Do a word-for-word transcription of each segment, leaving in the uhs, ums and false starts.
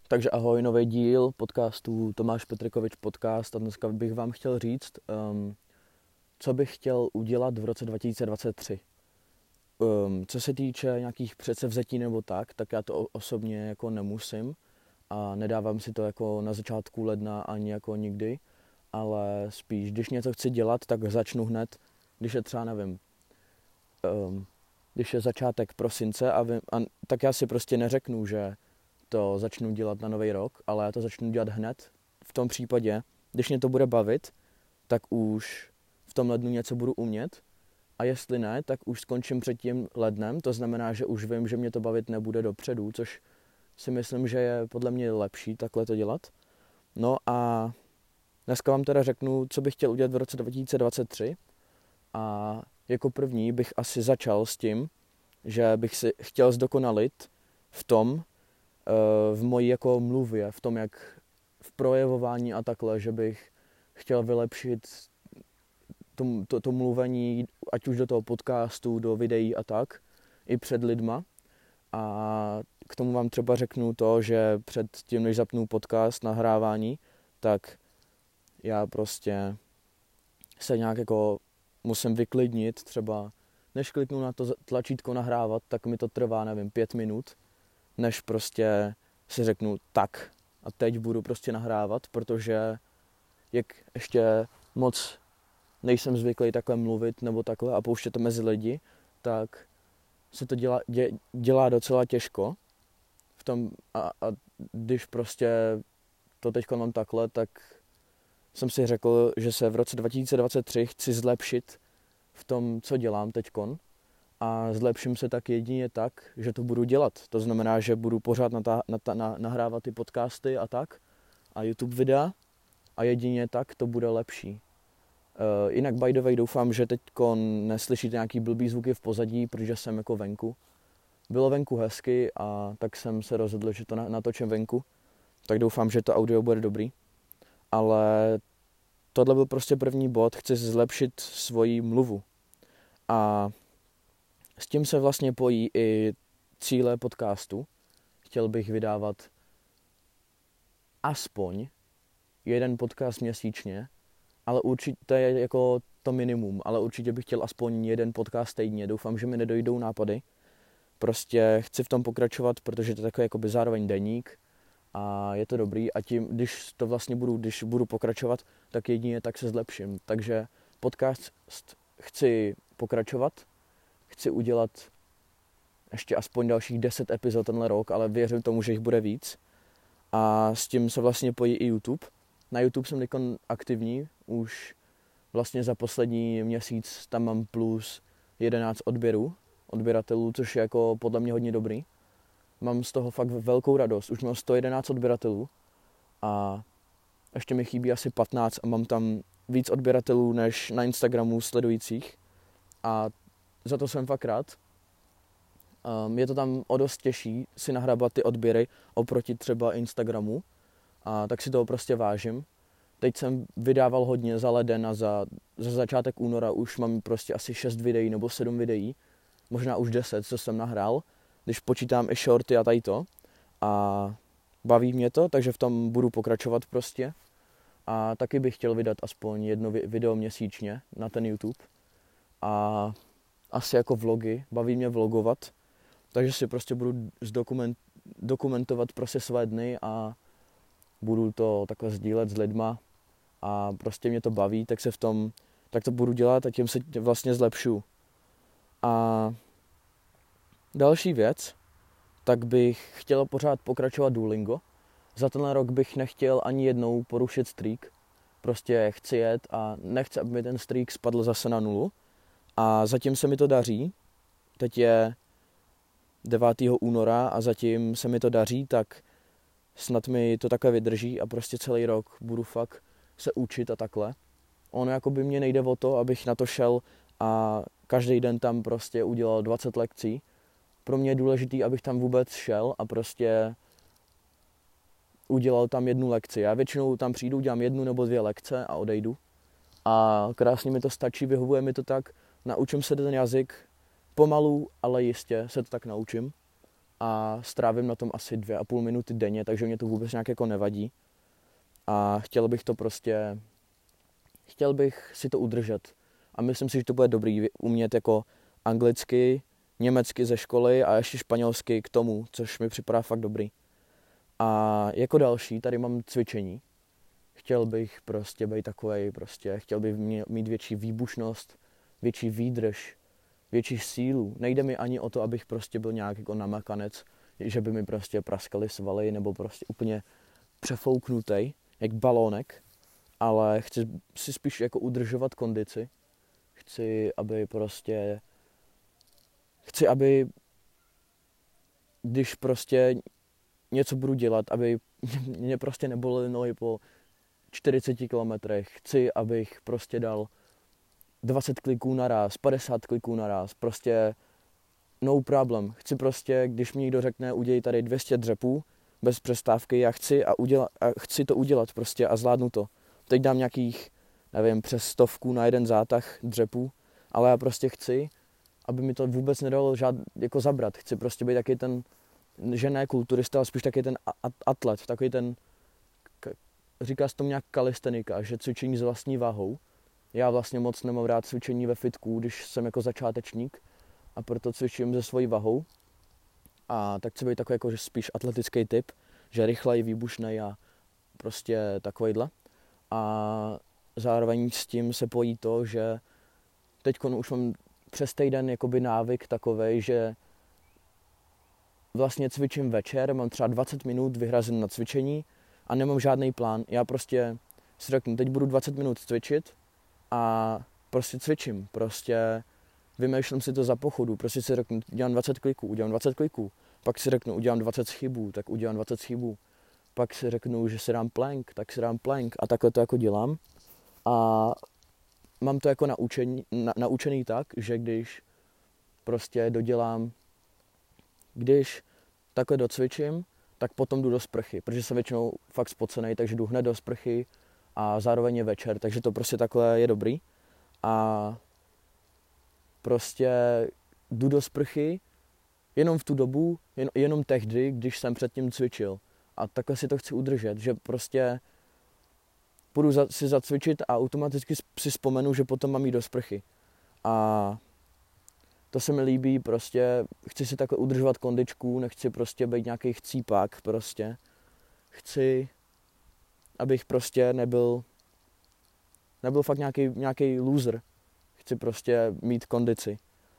Takže ahoj, nový díl podcastu Tomáš Petrikovič podcast a dneska bych vám chtěl říct, um, co bych chtěl udělat v roce dva tisíce dvacet tři. Um, co se týče nějakých předsevzetí nebo tak, tak já to osobně jako nemusím a nedávám si to jako na začátku ledna ani jako nikdy, ale spíš, když něco chci dělat, tak začnu hned, když je třeba, nevím, um, když je začátek prosince a, vím, a tak já si prostě neřeknu, že to začnu dělat na nový rok, ale já to začnu dělat hned. V tom případě, když mě to bude bavit, tak už v tom lednu něco budu umět a jestli ne, tak už skončím před tím lednem, to znamená, že už vím, že mě to bavit nebude dopředu, což si myslím, že je podle mě lepší takhle to dělat. No a dneska vám teda řeknu, co bych chtěl udělat v roce dva tisíce dvacet tři a jako první bych asi začal s tím, že bych si chtěl zdokonalit v tom, v mojí jako mluvě, v tom, jak v projevování a takhle, že bych chtěl vylepšit to, to, to mluvení, ať už do toho podcastu, do videí a tak, i před lidma. A k tomu vám třeba řeknu to, že před tím, než zapnu podcast, nahrávání, tak já prostě se nějak jako musím vyklidnit, třeba než kliknu na to tlačítko nahrávat, tak mi to trvá, nevím, pět minut, než prostě si řeknu tak a teď budu prostě nahrávat, protože jak ještě moc nejsem zvyklý takhle mluvit nebo takhle a pouštět to mezi lidi, tak se to dělá, dě, dělá docela těžko v tom a, a když prostě to teď mám takhle, tak jsem si řekl, že se v roce dva tisíce dvacet tři chci zlepšit v tom, co dělám teďkon. A zlepším se tak jedině tak, že to budu dělat. To znamená, že budu pořád natá- natá- na- nahrávat ty podcasty a tak a YouTube videa a jedině tak to bude lepší. Uh, jinak by the way doufám, že teďko neslyšíte nějaký blbý zvuky v pozadí, protože jsem jako venku. Bylo venku hezky a tak jsem se rozhodl, že to na- natočím venku. Tak doufám, že to audio bude dobrý. Ale tohle byl prostě první bod, chci zlepšit svoji mluvu. A s tím se vlastně pojí i cíle podcastu. Chtěl bych vydávat aspoň jeden podcast měsíčně, ale určitě to je jako to minimum, ale určitě bych chtěl aspoň jeden podcast týdně. Doufám, že mi nedojdou nápady. Prostě chci v tom pokračovat, protože to je takový jakoby zároveň deník a je to dobrý a tím, když to vlastně budu, když budu pokračovat, tak jedině tak se zlepším. Takže podcast chci pokračovat, chci udělat ještě aspoň dalších deset epizod tenhle rok, ale věřím tomu, že jich bude víc. A s tím se vlastně pojí i YouTube. Na YouTube jsem teď aktivní, už vlastně za poslední měsíc tam mám plus jedenáct odběrů, odběratelů, což je jako podle mě hodně dobrý. Mám z toho fakt velkou radost, už mám sto jedenáct odběratelů a ještě mi chybí asi patnáct a mám tam víc odběratelů než na Instagramu sledujících a za to jsem fakt rád. Um, je to tam o dost těžší si nahrávat ty odběry oproti třeba Instagramu a tak si toho prostě vážím. Teď jsem vydával hodně za leden a za, za začátek února už mám prostě asi šest videí nebo sedm videí, možná už deset, co jsem nahrál, když počítám i shorty a tady to. A baví mě to, takže v tom budu pokračovat prostě. A taky bych chtěl vydat aspoň jedno video měsíčně na ten YouTube. A asi jako vlogy, baví mě vlogovat, takže si prostě budu zdokument, dokumentovat prostě své dny a budu to takhle sdílet s lidma a prostě mě to baví, tak se v tom, tak to budu dělat a tím se vlastně zlepšu. A další věc, tak bych chtěl pořád pokračovat Duolingo. Za tenhle rok bych nechtěl ani jednou porušit streak, prostě chci jet a nechci, aby mi ten streak spadl zase na nulu. A zatím se mi to daří, teď je devátého února a zatím se mi to daří, tak snad mi to takhle vydrží a prostě celý rok budu fakt se učit a takhle. Ono jako by mě nejde o to, abych na to šel a každý den tam prostě udělal dvacet lekcí. Pro mě je důležitý, abych tam vůbec šel a prostě udělal tam jednu lekci. Já většinou tam přijdu, dělám jednu nebo dvě lekce a odejdu. A krásně mi to stačí, vyhovuje mi to tak, naučím se ten jazyk, pomalu, ale jistě se to tak naučím. a strávím na tom asi dvě a půl minuty denně, takže mě to vůbec nějak jako nevadí. A chtěl bych to prostě, chtěl bych si to udržet. A myslím si, že to bude dobrý umět jako anglicky, německy ze školy a ještě španělsky k tomu, což mi připadá fakt dobrý. A jako další, tady mám cvičení. Chtěl bych prostě být takovej, prostě, chtěl bych mít větší výbušnost, větší výdrž, větší sílu. Nejde mi ani o to, abych prostě byl nějak jako namakanec, že by mi prostě praskaly svaly nebo prostě úplně přefouknutej, jak balónek, ale chci si spíš jako udržovat kondici. Chci, aby prostě, chci, aby když prostě něco budu dělat, aby mě prostě nebolely nohy po čtyřiceti kilometrech. Chci, abych prostě dal dvacet kliků naraz, padesát kliků naraz, prostě no problem. Chci prostě, když mi někdo řekne, udělej tady dvě stě dřepů bez přestávky, já chci a, uděla, a chci to udělat prostě a zvládnu to. Teď dám nějakých, nevím, přes stovku na jeden zátah dřepů, ale já prostě chci, aby mi to vůbec nedalo žád, jako zabrat. Chci prostě být taky ten, že ne kulturista, ale spíš taky ten atlet, takový ten, říká se tomu nějak kalistenika, že cvičení s vlastní váhou. Já vlastně moc nemám rád cvičení ve fitku, když jsem jako začátečník a proto cvičím se svojí váhou. A tak chci být takový jako, že spíš atletický typ, že rychlej, výbušnej a prostě takovejhle. A zároveň s tím se pojí to, že teď už mám přes týden jakoby návyk takovej, že vlastně cvičím večer, mám třeba dvacet minut vyhrazen na cvičení a nemám žádný plán. Já prostě si řeknu, teď budu dvacet minut cvičit a prostě cvičím. Prostě vymýšlím si to za pochodu, prostě si řeknu, udělám dvacet kliků, udělám dvacet kliků. Pak si řeknu, udělám dvacet schybů, tak udělám dvacet schybů. Pak si řeknu, že si dám plank, tak si dám plank a takhle to jako dělám. A mám to jako naučený, na, naučený tak, že když prostě dodělám, když takhle docvičím, tak potom jdu do sprchy, protože jsem většinou fakt spocenej, takže jdu hned do sprchy a zároveň je večer, takže to prostě takhle je dobrý. A prostě jdu do sprchy jenom v tu dobu, jen, jenom tehdy, když jsem předtím cvičil. A takhle si to chci udržet, že prostě půjdu za, si zacvičit a automaticky si vzpomenu, že potom mám jít do sprchy. A to se mi líbí, prostě chci si takhle udržovat kondičku, nechci prostě být nějaký chcípák prostě. Chci, abych prostě nebyl, nebyl fakt nějaký, nějaký loser. Chci prostě mít kondici.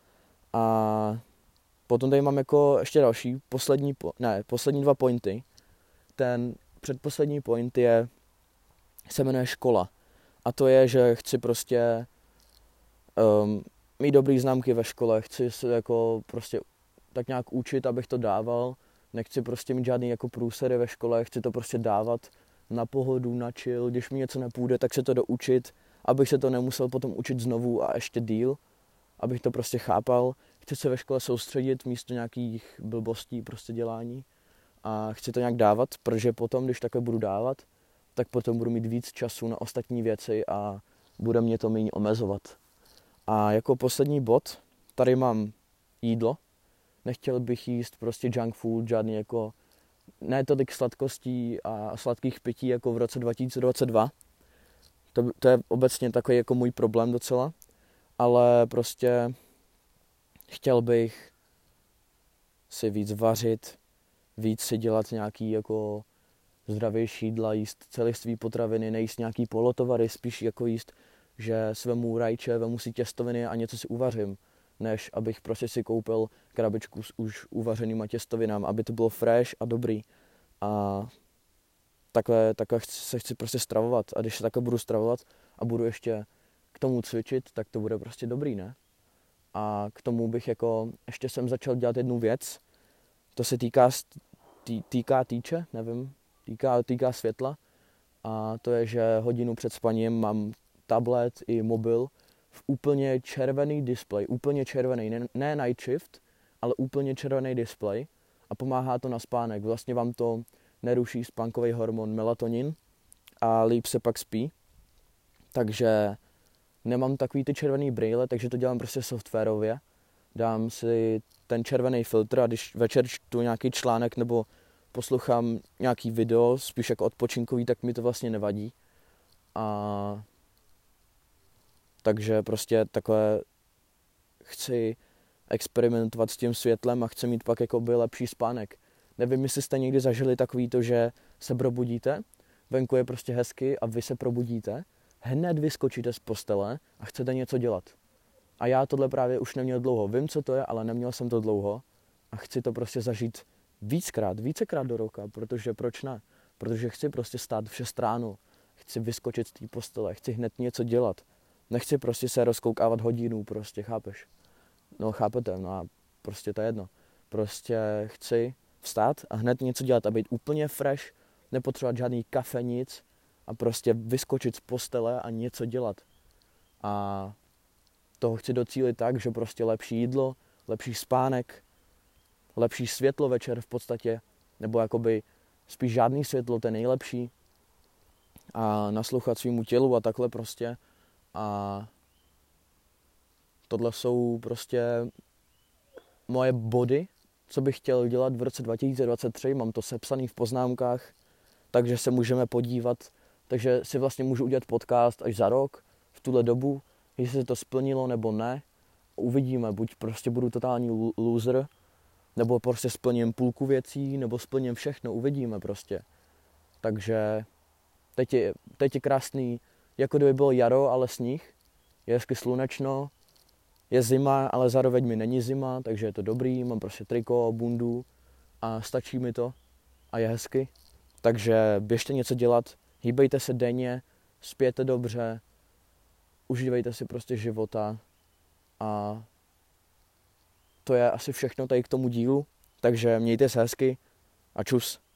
A potom tady mám jako ještě další, poslední, ne, poslední dva pointy. Ten předposlední point je, se jmenuje škola. A to je, že chci prostě um, mít dobrý známky ve škole, chci se jako prostě tak nějak učit, abych to dával. Nechci prostě mít žádný jako průsery ve škole, chci to prostě dávat na pohodu, na chill. Když mi něco nepůjde, tak se to doučit, abych se to nemusel potom učit znovu a ještě díl, abych to prostě chápal. Chci se ve škole soustředit místo nějakých blbostí prostě dělání a chci to nějak dávat, protože potom, když takhle budu dávat, tak potom budu mít víc času na ostatní věci a bude mě to méně omezovat. A jako poslední bod, tady mám jídlo. Nechtěl bych jíst prostě junk food, žádný jako, ne tolik sladkostí a sladkých pití jako v roce dva tisíce dvacet dva. To, to je obecně takový jako můj problém docela, ale prostě chtěl bych si víc vařit, víc si dělat nějaký jako zdravější jídla, jíst celiství potraviny, nejíst nějaký polotovary, spíš jako jíst, že svemu rajče, vemu si těstoviny a něco si uvařím, než abych prostě si koupil krabičku s už uvařenýma těstovinám, aby to bylo fresh a dobrý. A takhle, takhle se chci prostě stravovat. A když se takhle budu stravovat a budu ještě k tomu cvičit, tak to bude prostě dobrý, ne? A k tomu bych jako, ještě jsem začal dělat jednu věc, to se týká, tý, týká týče, nevím, týká, týká světla. A to je, že hodinu před spaním mám tablet i mobil v úplně červený displej, úplně červený, ne, ne night shift, ale úplně červený displej a pomáhá to na spánek. Vlastně vám to neruší spánkový hormon melatonin a líp se pak spí. Takže nemám takový ty červený brýle, takže to dělám prostě softwarově dám si ten červený filtr a když večer čtu nějaký článek nebo poslouchám nějaký video, spíš jako odpočinkový, tak mi to vlastně nevadí. A takže prostě takhle chci experimentovat s tím světlem a chci mít pak jakoby lepší spánek. Nevím, jestli jste někdy zažili takový to, že se probudíte, venku je prostě hezky a vy se probudíte, hned vyskočíte z postele a chcete něco dělat. A já tohle právě už neměl dlouho. Vím, co to je, ale neměl jsem to dlouho a chci to prostě zažít víckrát, vícekrát do roka, protože proč ne? Protože chci prostě stát v šest ráno, chci vyskočit z té postele, chci hned něco dělat. Nechci prostě se rozkoukávat hodinu, prostě, chápeš? No, chápete, no a prostě to je jedno. Prostě chci vstát a hned něco dělat a být úplně fresh, nepotřebovat žádný kafe, nic a prostě vyskočit z postele a něco dělat. A toho chci docílit tak, že prostě lepší jídlo, lepší spánek, lepší světlo večer v podstatě, nebo jakoby spíš žádný světlo, to je nejlepší. A naslouchat svýmu tělu a takhle prostě. A tohle jsou prostě moje body, co bych chtěl dělat v roce dva tisíce dvacet tři. Mám to sepsaný v poznámkách, takže se můžeme podívat. Takže si vlastně můžu udělat podcast až za rok, v tuhle dobu, jestli se to splnilo nebo ne. Uvidíme, buď prostě budu totální loser, nebo prostě splním půlku věcí, nebo splním všechno, uvidíme prostě. Takže teď je, teď je krásný, jako kdyby bylo jaro, ale sníh. Je hezky slunečno, je zima, ale zároveň mi není zima, takže je to dobrý, mám prostě triko, bundu a stačí mi to a je hezky. Takže běžte něco dělat, hýbejte se denně, spějte dobře, užívejte si prostě života a to je asi všechno tady k tomu dílu, takže mějte se hezky a čus.